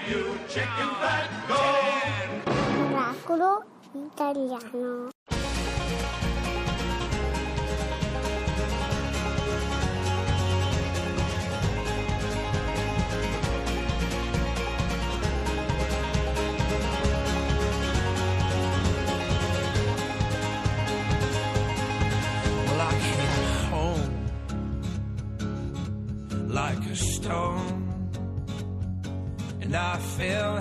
you chicken fat, go! Miracolo italiano. Like a stone, and I fell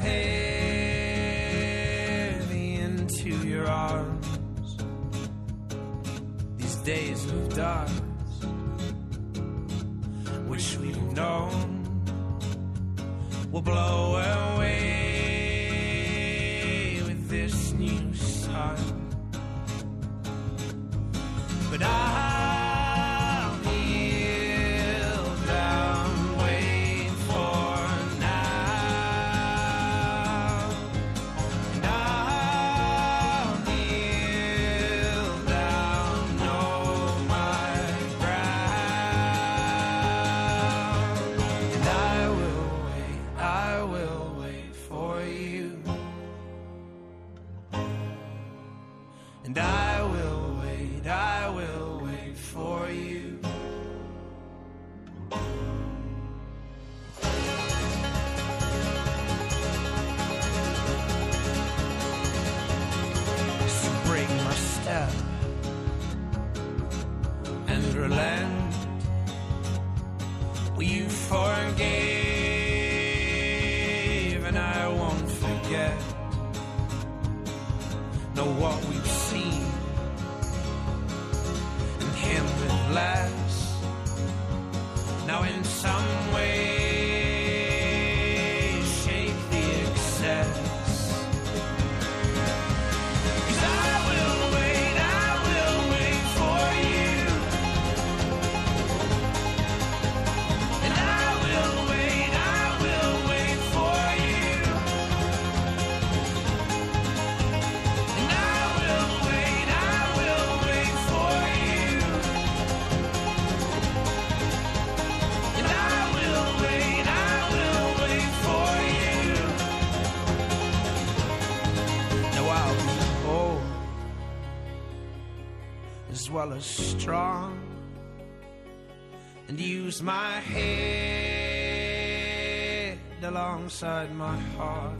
heavy into your arms. These days of dark, which we've known, will blow away with this new sun. But and I will wait for you. So break my step and relent. Well, you forgave and I won't forget. Know what we've seen and him with less. Now in some way shake the excess. 'Cause I will wait for you. And I will wait for you. And I will wait for you. And I will wait for you. Now I'll be old as well as strong, and use my head alongside my heart.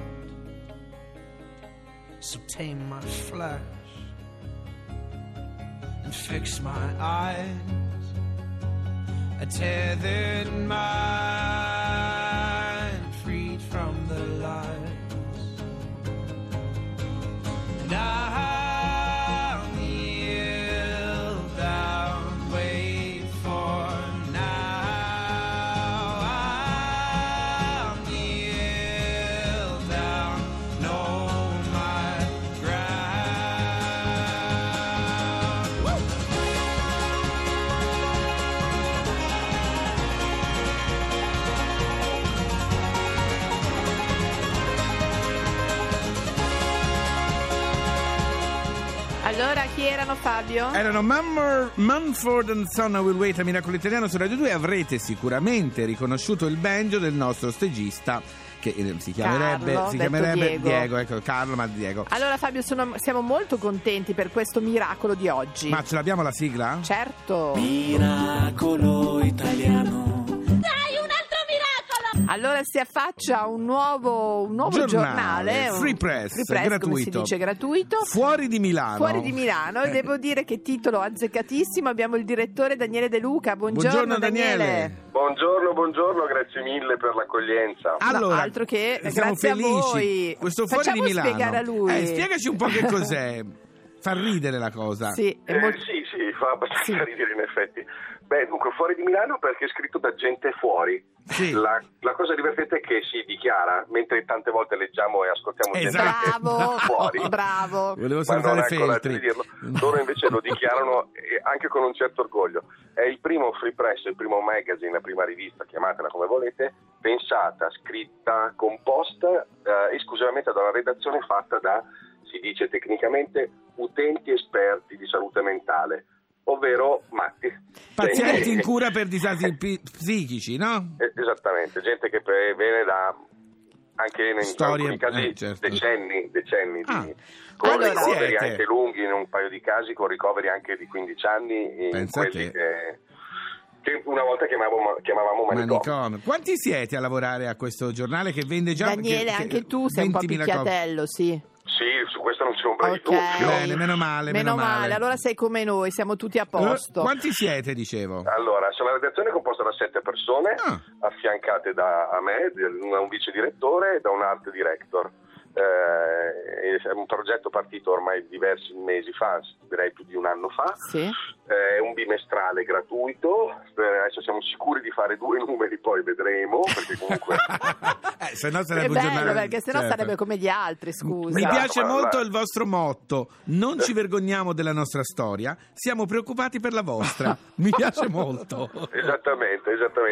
So tame my flesh and fix my eyes, a tethered mind freed from the lies. And I'll kneel down, wait for now. I'll kneel down, know my ground. Woo! Allora, chi erano, Fabio? Erano Mumford & Son, I Will Wait, a Miracolo Italiano su Radio 2. Avrete sicuramente riconosciuto il banjo del nostro stagista, che si chiamerebbe Diego, ecco, Carlo, ma Diego. Allora, Fabio, siamo molto contenti per questo miracolo di oggi. Ma ce l'abbiamo la sigla? Certo. Miracolo italiano. Allora si affaccia un nuovo giornale, Free Press, gratuito. Come si dice, gratuito. Fuori di Milano. E devo dire che titolo azzeccatissimo. Abbiamo il direttore Daniele De Luca. Buongiorno Daniele. Buongiorno, grazie mille per l'accoglienza. Allora, no, altro che siamo grazie felici. a voi. Questo Fuori Facciamo di Milano. spiegare a lui. Spiegaci un po' che cos'è. Fa ridere la cosa. Sì, fa abbastanza ridere in effetti. Beh, dunque, Fuori di Milano perché è scritto da gente fuori. Sì. La cosa divertente è che si dichiara, mentre tante volte leggiamo e ascoltiamo gente Bravo, fuori. bravo. Volevo salutare Feltri. Loro invece lo dichiarano anche con un certo orgoglio. È il primo Free Press, il primo magazine, la prima rivista, chiamatela come volete, pensata, scritta, composta esclusivamente da una redazione fatta da, si dice tecnicamente, utenti esperti di salute mentale, ovvero matti. Pazienti in cura per disagi psichici, no? Esattamente, gente che viene da anche in alcuni casi certo. decenni con Allora, ricoveri anche lunghi, in un paio di casi con ricoveri anche di 15 anni in quelli che una volta chiamavamo manicomio. Quanti siete a lavorare a questo giornale che vende già? Daniele, anche tu sei un po' picchiatello, sì. Sì, su questo non c'è un di dubbio. Bene, meno male. Allora sei come noi, siamo tutti a posto. Quanti siete, dicevo? Allora, sono una redazione composta da 7 persone, affiancate da me, un vice direttore e da un art director. È un progetto partito ormai diversi mesi fa, direi più di un anno fa. Sì. È un bimestrale gratuito. Adesso siamo sicuri di fare 2 numeri, poi vedremo, perché comunque se no sarebbe un giornale, perché sennò certo. sarebbe come gli altri, scusa. Mi piace molto il vostro motto: non ci vergogniamo della nostra storia, siamo preoccupati per la vostra. Mi piace molto. Esattamente.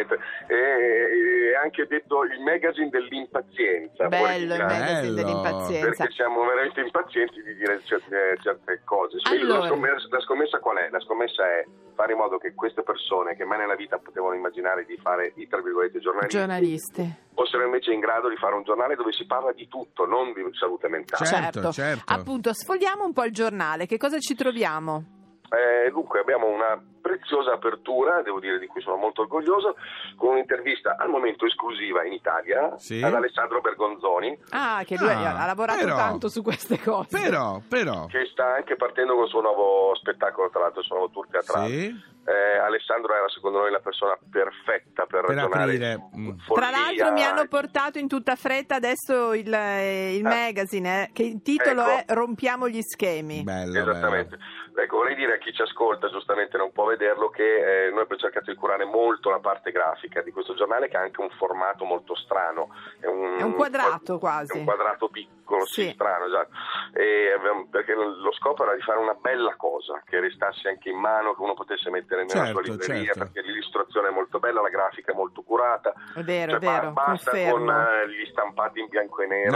E anche detto il magazine dell'impazienza. Bello il magazine dell'impazienza. Perché siamo veramente impazienti di dire certe cose. Allora. La scommessa qual è? La scommessa è fare in modo che queste persone che mai nella vita potevano immaginare di fare i tra virgolette giornalisti fossero invece in grado di fare un giornale dove si parla di tutto, non di salute mentale. Certo. Appunto, sfogliamo un po' il giornale, che cosa ci troviamo? Dunque abbiamo una preziosa apertura, devo dire, di cui sono molto orgoglioso, con un'intervista al momento esclusiva in Italia ad Alessandro Bergonzoni. Che lui ha lavorato tanto su queste cose. Però che sta anche partendo col suo nuovo spettacolo, tra l'altro il suo nuovo tour teatrale. Alessandro era secondo noi la persona perfetta per ragionare Tra l'altro mi hanno portato in tutta fretta adesso il magazine, che il titolo è Rompiamo gli schemi. Bello, esattamente. Ecco, vorrei dire a chi ci ascolta, giustamente non può vederlo, che noi abbiamo cercato di curare molto la parte grafica di questo giornale, che ha anche un formato molto strano. È un quadrato quasi. È un quadrato piccolo, strano, esatto. Perché lo scopo era di fare una bella cosa, che restasse anche in mano, che uno potesse mettere nella sua libreria, perché l'illustrazione è molto bella, la grafica è molto curata. È vero, basta confermo. Con gli stampati in bianco e nero.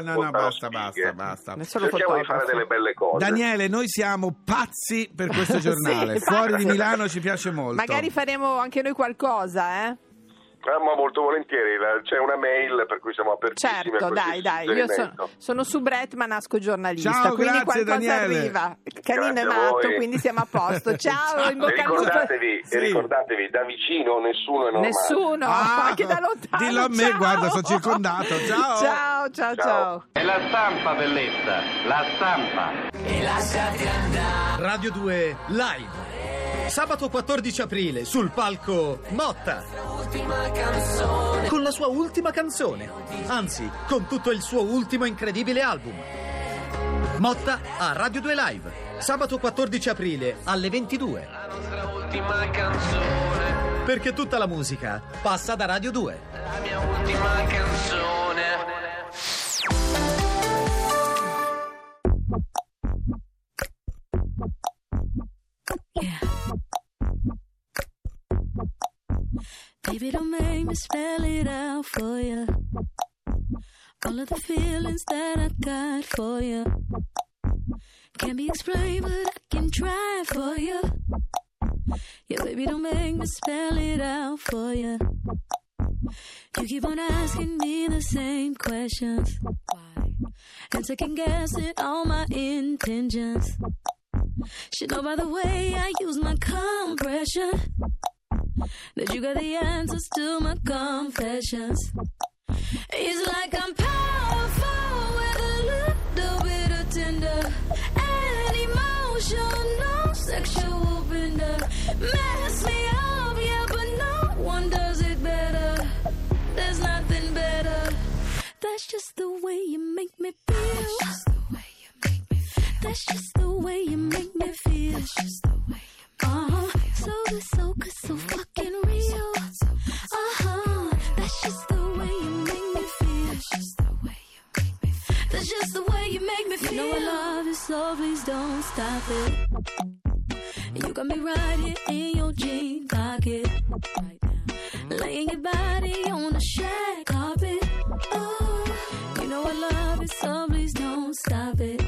Basta. Cerchiamo di fare delle belle cose. Daniele, noi siamo pazzi per questo giornale. Fuori di Milano ci piace molto. Magari faremo anche noi qualcosa, ma molto volentieri, c'è una mail per cui siamo apertissimi. Certo, dai, io sono su Bret ma nasco giornalista. Ciao, quindi grazie, qualcosa Daniele. Arriva. Canino è matto, quindi siamo a posto. Ciao, in bocca al lupo. Ricordatevi, da vicino nessuno è normale. Nessuno, anche da lontano. Dillo a me, guarda, sono circondato. Ciao. È la stampa, bellezza, la stampa. E lasciati andare. Radio 2 Live. Sabato 14 aprile sul palco Motta. Con la sua ultima canzone. Anzi, con tutto il suo ultimo incredibile album. Motta a Radio 2 Live. Sabato 14 aprile alle 22. La nostra ultima canzone. Perché tutta la musica passa da Radio 2. La mia ultima canzone. Baby, don't make me spell it out for you. All of the feelings that I got for you can't be explained, but I can try for you. Yeah, baby, don't make me spell it out for you. You keep on asking me the same questions. Why? And second guessing all my intentions. Should know by the way I use my compression that you got the answers to my confessions. It's like I'm powerful with a little bit of tender and emotional sexual bender. Mess me up, yeah, but no one does it better. There's nothing better. That's just the way you make me feel. That's just the way you make me feel. That's just the way you make me feel. So good, so good, so fucking real. That's just the way you make me feel. That's just the way you make me feel. That's just the way you make me feel. You know I love you, so please don't stop it. You got me right here in your jean pocket, right now, laying your body on the shag carpet. Oh, you know I love it, so please don't stop it.